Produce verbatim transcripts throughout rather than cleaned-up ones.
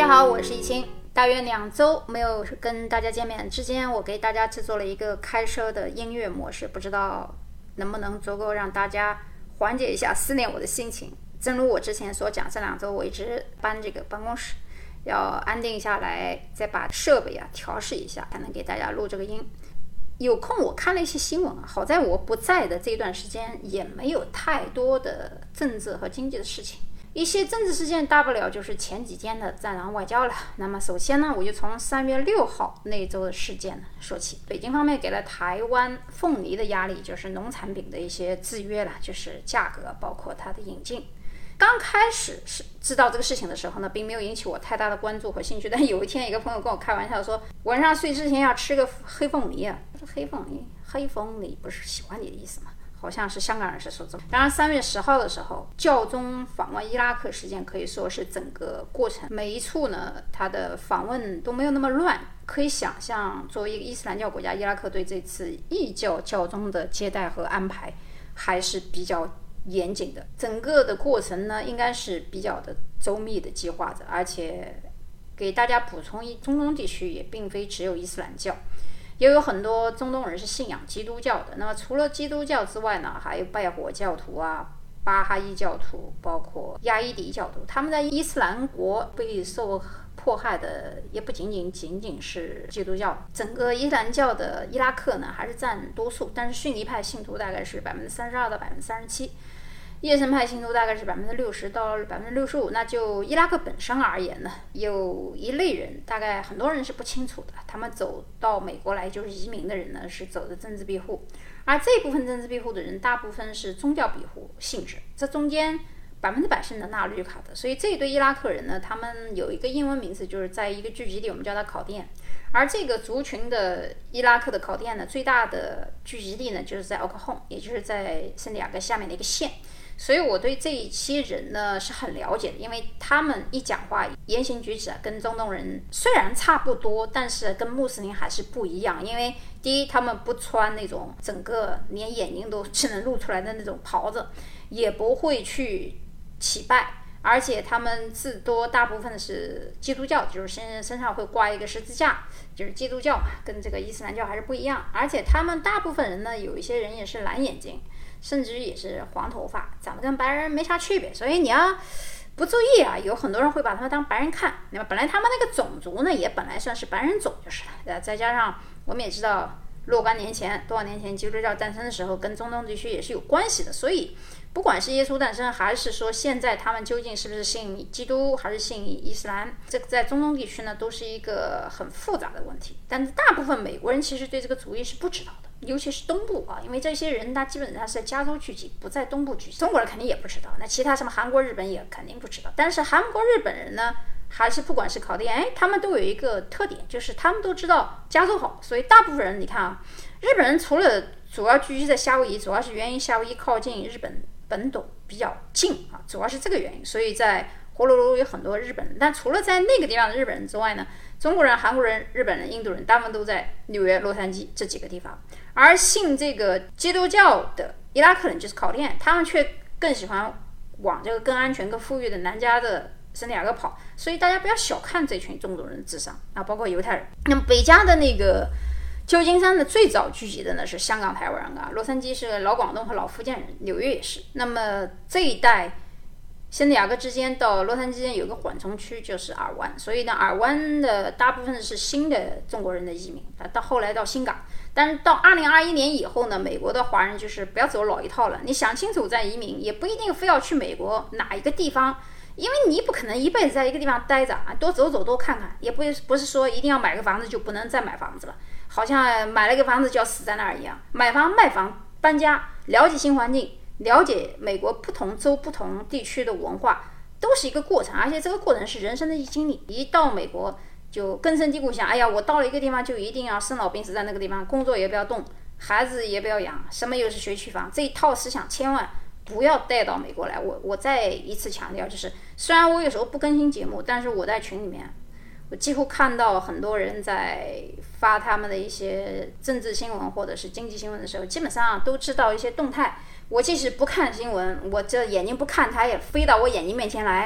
家好，我是易清。大约两周没有跟大家见面之间，我给大家制作了一个开车的音乐模式，不知道能不能足够让大家缓解一下思念我的心情。正如我之前所讲，这两周我一直搬这个办公室，要安定下来，再把设备啊调试一下，才能给大家录这个音。有空我看了一些新闻啊，好在我不在的这段时间也没有太多的政治和经济的事情。一些政治事件大不了就是前几天的战狼外交了。那么首先呢，我就从三月六号那周的事件说起。北京方面给了台湾凤梨的压力，就是农产品的一些制约了，就是价格，包括它的引进。刚开始是知道这个事情的时候呢，并没有引起我太大的关注和兴趣。但有一天，一个朋友跟我开玩笑说，晚上睡之前要吃个黑凤梨啊。黑凤梨，黑凤梨不是喜欢你的意思吗？好像是香港人是说这么。当然，三月十号的时候，教宗访问伊拉克事件可以说是整个过程每一处呢，他的访问都没有那么乱。可以想象，作为一个伊斯兰教国家，伊拉克对这次异教教宗的接待和安排还是比较严谨的。整个的过程呢，应该是比较的周密的计划着，而且给大家补充一，中东地区也并非只有伊斯兰教。也有很多中东人是信仰基督教的。那么除了基督教之外呢，还有拜火教徒啊、巴哈伊教徒，包括亚伊迪教徒。他们在伊斯兰国被受迫害的也不仅仅仅仅是基督教。整个伊斯兰教的伊拉克呢，还是占多数，但是逊尼派信徒大概是百分之三十二到百分之三十七。叶圣派信徒大概是百分之六十到百分之六十五。那就伊拉克本身而言呢，有一类人，大概很多人是不清楚的，他们走到美国来就是移民的人呢，是走的政治庇护。而这部分政治庇护的人，大部分是宗教庇护性质，这中间百分之百是能拿绿卡的。所以这一对伊拉克人呢，他们有一个英文名字，就是在一个聚集地，我们叫它考店。而这个族群的伊拉克的考店呢，最大的聚集地呢，就是在奥克洪，也就是在圣地亚哥下面的一个县。所以我对这一些人呢是很了解的，因为他们一讲话言行举止啊，跟中东人虽然差不多，但是跟穆斯林还是不一样。因为第一，他们不穿那种整个连眼睛都只能露出来的那种袍子，也不会去祈拜，而且他们至多大部分是基督教，就是身身上会挂一个十字架，就是基督教嘛，跟这个伊斯兰教还是不一样。而且他们大部分人呢，有一些人也是蓝眼睛，甚至也是黄头发，长得跟白人没啥区别。所以你要不注意啊，有很多人会把他们当白人看。那么本来他们那个种族呢，也本来算是白人种就是了。再加上我们也知道，若干年前多少年前基督教诞生的时候，跟中东地区也是有关系的。所以不管是耶稣诞生，还是说现在他们究竟是不是信基督，还是信伊斯兰，这个在中东地区呢，都是一个很复杂的问题。但是大部分美国人其实对这个主义是不知道的，尤其是东部啊，因为这些人他基本上是在加州聚集，不在东部聚集。中国人肯定也不知道，那其他什么韩国、日本也肯定不知道。但是韩国、日本人呢，还是不管是考店，哎，他们都有一个特点，就是他们都知道加州好。所以大部分人，你看啊，日本人除了主要聚集在夏威夷，主要是原因夏威夷靠近日本本岛比较近啊，主要是这个原因。所以在火炉炉有很多日本人，但除了在那个地方的日本人之外呢，中国人、韩国人、日本人、印度人，大部分都在纽约、洛杉矶这几个地方。而信这个基督教的伊拉克人，就是考店，他们却更喜欢往这个更安全、更富裕的南加的圣地亚哥跑。所以大家不要小看这群中东人的智商啊，包括犹太人。那么北加的那个旧金山的最早聚集的呢是香港、台湾人啊，洛杉矶是老广东和老福建人，纽约也是。那么这一带圣地亚哥之间到洛杉矶之间有个缓冲区，就是尔湾。所以呢，尔湾的大部分是新的中国人的移民，到后来到新港。但是到二零二一年以后呢，美国的华人就是不要走老一套了，你想清楚再移民，也不一定非要去美国哪一个地方，因为你不可能一辈子在一个地方待着啊，多走走多看看，也不不是说一定要买个房子就不能再买房子了，好像买了个房子就要死在那儿一样。买房卖房搬家，了解新环境，了解美国不同州不同地区的文化，都是一个过程，而且这个过程是人生的一经历。一到美国就根深蒂固想，哎呀，我到了一个地方就一定要生老病死在那个地方，工作也不要动，孩子也不要养，什么又是学区房，这一套思想千万不要带到美国来。我我再一次强调，就是虽然我有时候不更新节目，但是我在群里面，我几乎看到很多人在发他们的一些政治新闻或者是经济新闻的时候，基本上都知道一些动态。我即使不看新闻，我这眼睛不看，它也飞到我眼睛面前来。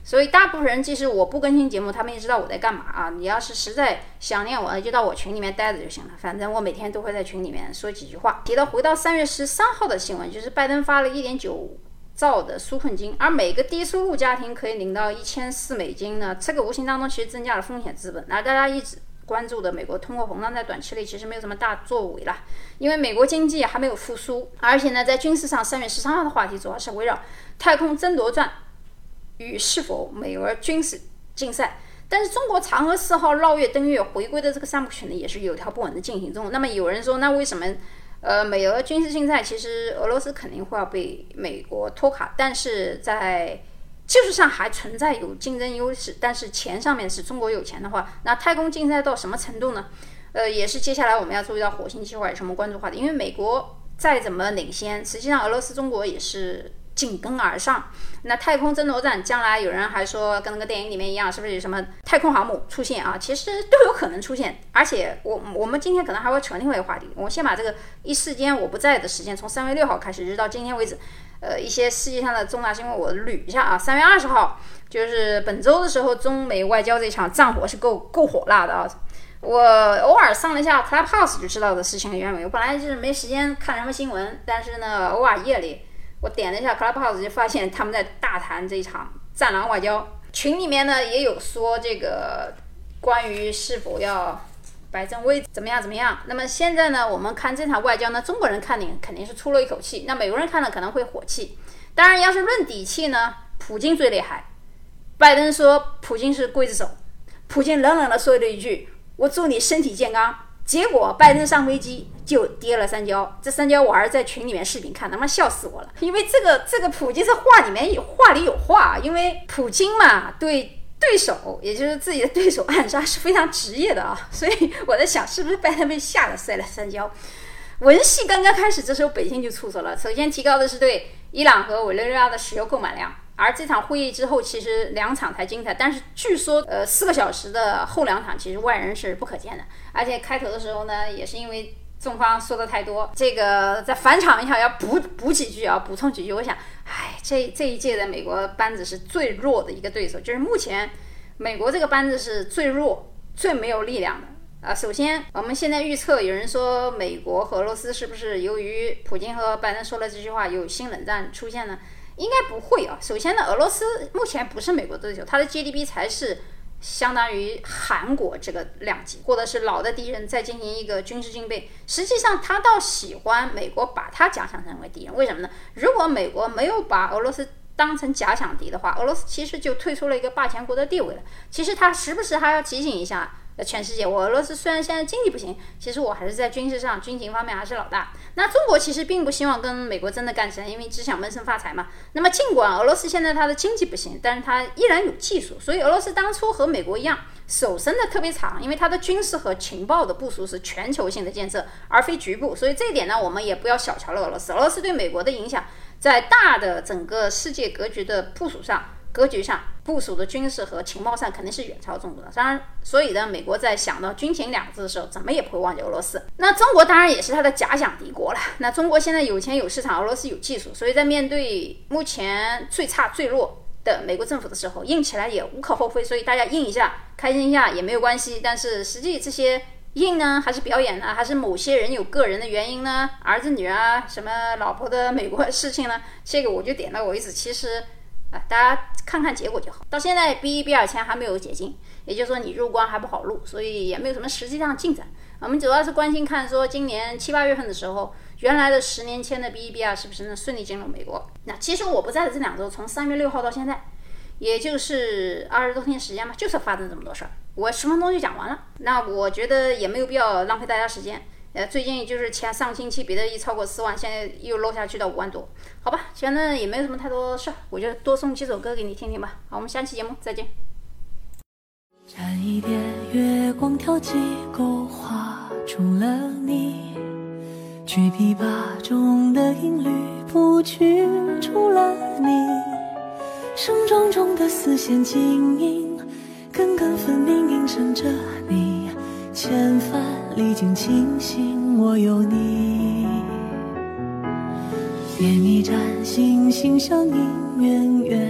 所以大部分人即使我不更新节目，他们也知道我在干嘛啊。你要是实在想念我，就到我群里面待着就行了，反正我每天都会在群里面说几句话。提到回到三月十三号的新闻，就是拜登发了一点九兆的纾困金，而每个低收入家庭可以领到一千四美金呢，这个无形当中其实增加了风险资本。而大家一直关注的美国通货膨胀在短期内其实没有什么大作为了，因为美国经济还没有复苏。而且呢，在军事上，三月十三号的话题主要是围绕太空争夺战与是否美俄军事竞赛。但是中国嫦娥四号绕月登月回归的这个三部曲呢，也是有条不紊的进行中。那么有人说，那为什么呃美俄军事竞赛，其实俄罗斯肯定会要被美国拖卡，但是在技术上还存在有竞争优势，但是钱上面是中国有钱的话，那太空竞赛到什么程度呢？呃，也是接下来我们要注意到火星计划有什么关注话题。因为美国再怎么领先，实际上俄罗斯、中国也是紧跟而上。那太空争夺战，将来有人还说跟那个电影里面一样，是不是有什么太空航母出现啊？其实都有可能出现。而且我我们今天可能还会扯另外一个话题。我先把这个一时间我不在的时间，从三月六号开始，直到今天为止，呃，一些世界上的重大新闻我捋一下啊。三月二十号，就是本周的时候，中美外交这场战火是够够火辣的啊。我偶尔上了一下 Clubhouse 就知道的事情的原委。我本来就是没时间看什么新闻，但是呢，偶尔夜里我点了一下 Clubhouse， 就发现他们在大谈这一场战狼外交。群里面呢也有说这个关于是否要摆正位置怎么样怎么样。那么现在呢，我们看这场外交呢，中国人看你肯定是出了一口气，那美国人看了可能会火气。当然，要是论底气呢，普京最厉害。拜登说普京是刽子手，普京冷冷的说了一句：“我祝你身体健康。”结果拜登上飞机就跌了三跤，这三跤我还是在群里面视频看，他妈笑死我了。因为这个这个普京这话里面有话里有话，因为普京嘛，对对手，也就是自己的对手暗杀是非常职业的啊，所以我在想，是不是拜登被吓得摔了三跤？文戏刚刚开始，这时候北京就出手了。首先提高的是对伊朗和委内瑞拉的石油购买量。而这场会议之后，其实两场才精彩，但是据说，呃，四个小时的后两场，其实外人是不可见的。而且开头的时候呢，也是因为中方说的太多，这个在返场一下要补补几句啊，补充几句。我想，哎，这这一届的美国班子是最弱的一个对手，就是目前美国这个班子是最弱、最没有力量的。啊，首先我们现在预测，有人说美国和俄罗斯是不是由于普京和拜登说了这句话，有新冷战出现呢？应该不会啊。首先呢，俄罗斯目前不是美国的对手，它的 G D P 才是相当于韩国这个量级，或者是老的敌人再进行一个军事竞备。实际上，他倒喜欢美国把他假想成为敌人，为什么呢？如果美国没有把俄罗斯当成假想敌的话，俄罗斯其实就退出了一个霸权国的地位了。其实他时不时还要提醒一下全世界，我俄罗斯虽然现在经济不行，其实我还是在军事上、军情方面还是老大。那中国其实并不希望跟美国真的干起来，因为只想闷声发财嘛。那么尽管俄罗斯现在它的经济不行，但是它依然有技术，所以俄罗斯当初和美国一样，手伸的特别长，因为它的军事和情报的部署是全球性的建设，而非局部。所以这一点呢，我们也不要小瞧了俄罗斯。俄罗斯对美国的影响，在大的整个世界格局的部署上。格局上部署的军事和情报上肯定是远超中国的，当然，所以呢，美国在想到军情两个字的时候，怎么也不会忘记俄罗斯。那中国当然也是他的假想敌国了。那中国现在有钱有市场，俄罗斯有技术，所以在面对目前最差最弱的美国政府的时候，硬起来也无可厚非。所以大家硬一下，开心一下也没有关系。但是实际这些硬呢，还是表演呢，还是某些人有个人的原因呢？儿子女儿什么老婆的美国事情呢？这个我就点到为止。其实。啊，大家看看结果就好。到现在 B 一 B 二签还没有解禁，也就是说你入关还不好入，所以也没有什么实际上进展。我们主要是关心看说今年七八月份的时候，原来的十年签的 B 一 B 二是不是能顺利进入美国。那其实我不在的这两周，从三月六号到现在，也就是二十多天时间嘛，就是发生这么多事儿，我十分钟就讲完了。那我觉得也没有必要浪费大家时间。呃，最近就是前上星期比特币超过四万，现在又落下去到五万多，好吧，反正也没有什么太多事儿，我就多送几首歌给你听听吧。好，我们下期节目再见。 沾一点月光挑几勾画出了你，去琵琶中的音律谱曲出了你，声庄中的丝弦晶莹，根根分明映衬着你，千帆历经清醒，我有你。点一盏星星相映，圆圆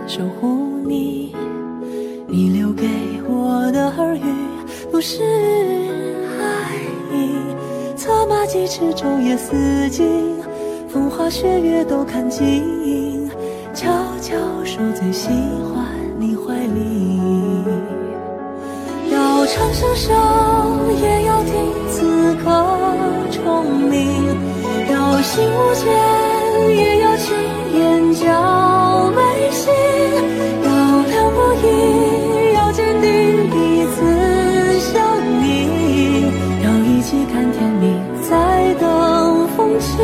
守护你。你留给我的耳语不是爱意，策马疾驰昼夜思尽，风花雪月都看尽，悄悄守最喜欢你怀里。要长相守，也要听此刻虫鸣，要心无间，也要亲眼角眉心，要两不疑，要坚定彼此相依，要一起看天明，再等风起。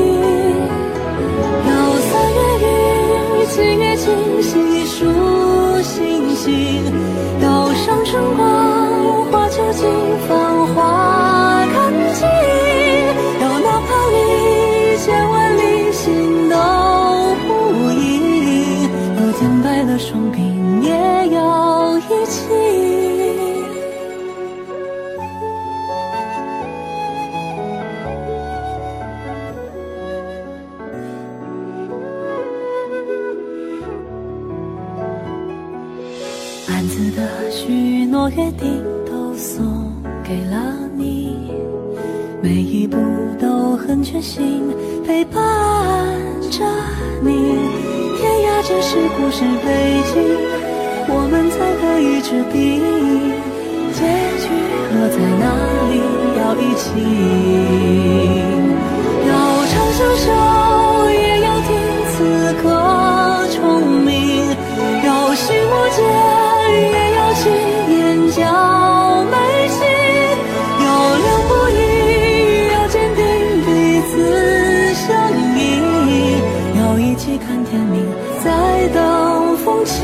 要三月雨，七月晴，细数星星，要上春光，花秋尽，繁花看尽，要哪怕离千万里，心都不移，要天白了双鬓，也要一起。暗自的许诺约定都送给了你，每一步都很全心陪伴着你。天涯只是故事背景，我们才可以指定结局何在哪里，要一起。要长相守，也要听此刻虫鸣，要心无间，也要亲眼角眉心，要两不疑，要坚定彼此相依，要一起看天明，再等风起。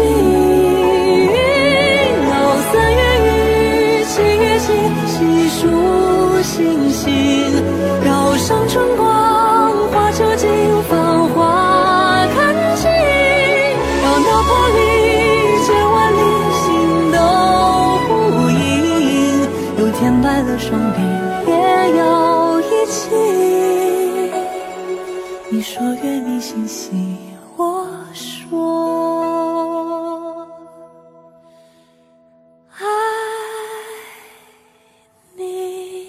要三月雨，七月晴，细数星星，要上春光，花秋尽，繁花看尽，要哪怕离千万里，心都不移，有天白了双鬓，也要一起。你说愿你心细，我说爱你。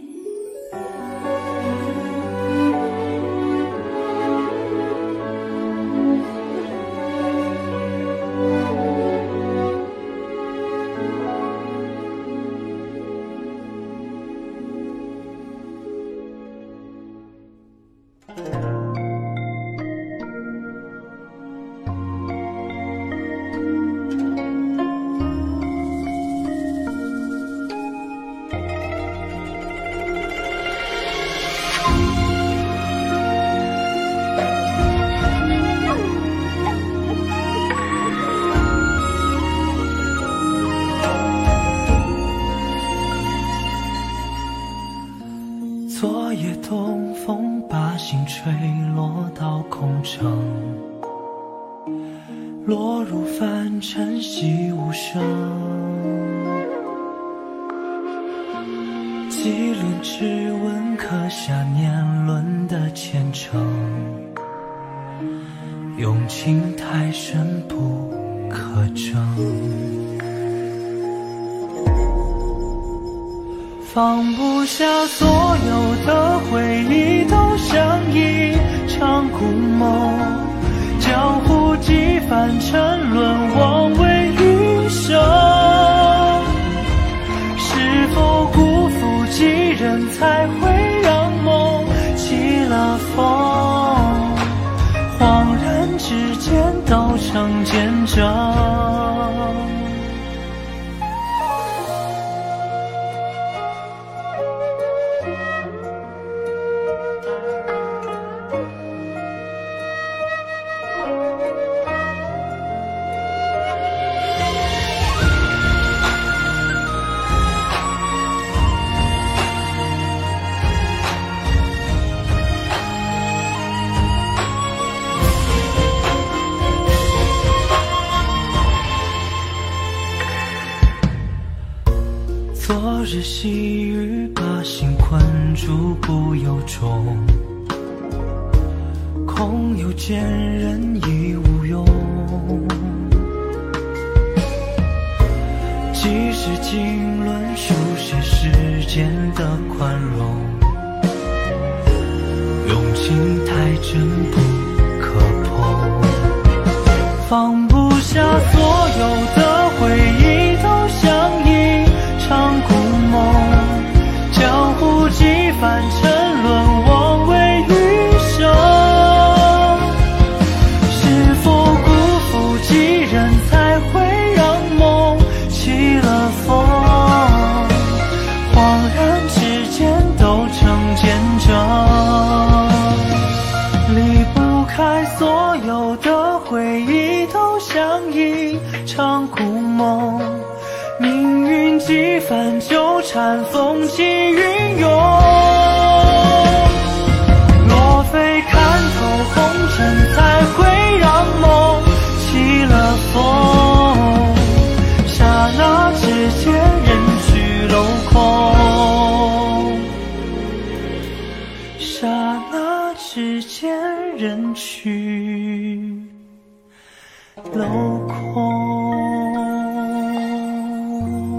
昨夜东风把心吹落到空城，落入凡尘细无声。几轮指纹刻下年轮的虔诚，用情太深不可证。放不下所有的回忆，都像一场故梦，江湖几番沉沦，枉为余生。是否辜负几人，才会让梦起了风？恍然之间都成见证。昨日细雨把心困住不由衷，空有见人已无用。 几世经纶，书写世间的宽容。用情太真不可碰，放不下所有的回忆，都像一场故梦。江湖几番沉沦，枉为余生。是否辜负几人，才会让梦起了风？恍然之间都成见证，离不开所有的回忆，都像一场故梦。命运几番纠缠，风起云涌。若非看透红尘，才会让梦起了风。刹那之间，人去楼空。刹那之间，人去楼空。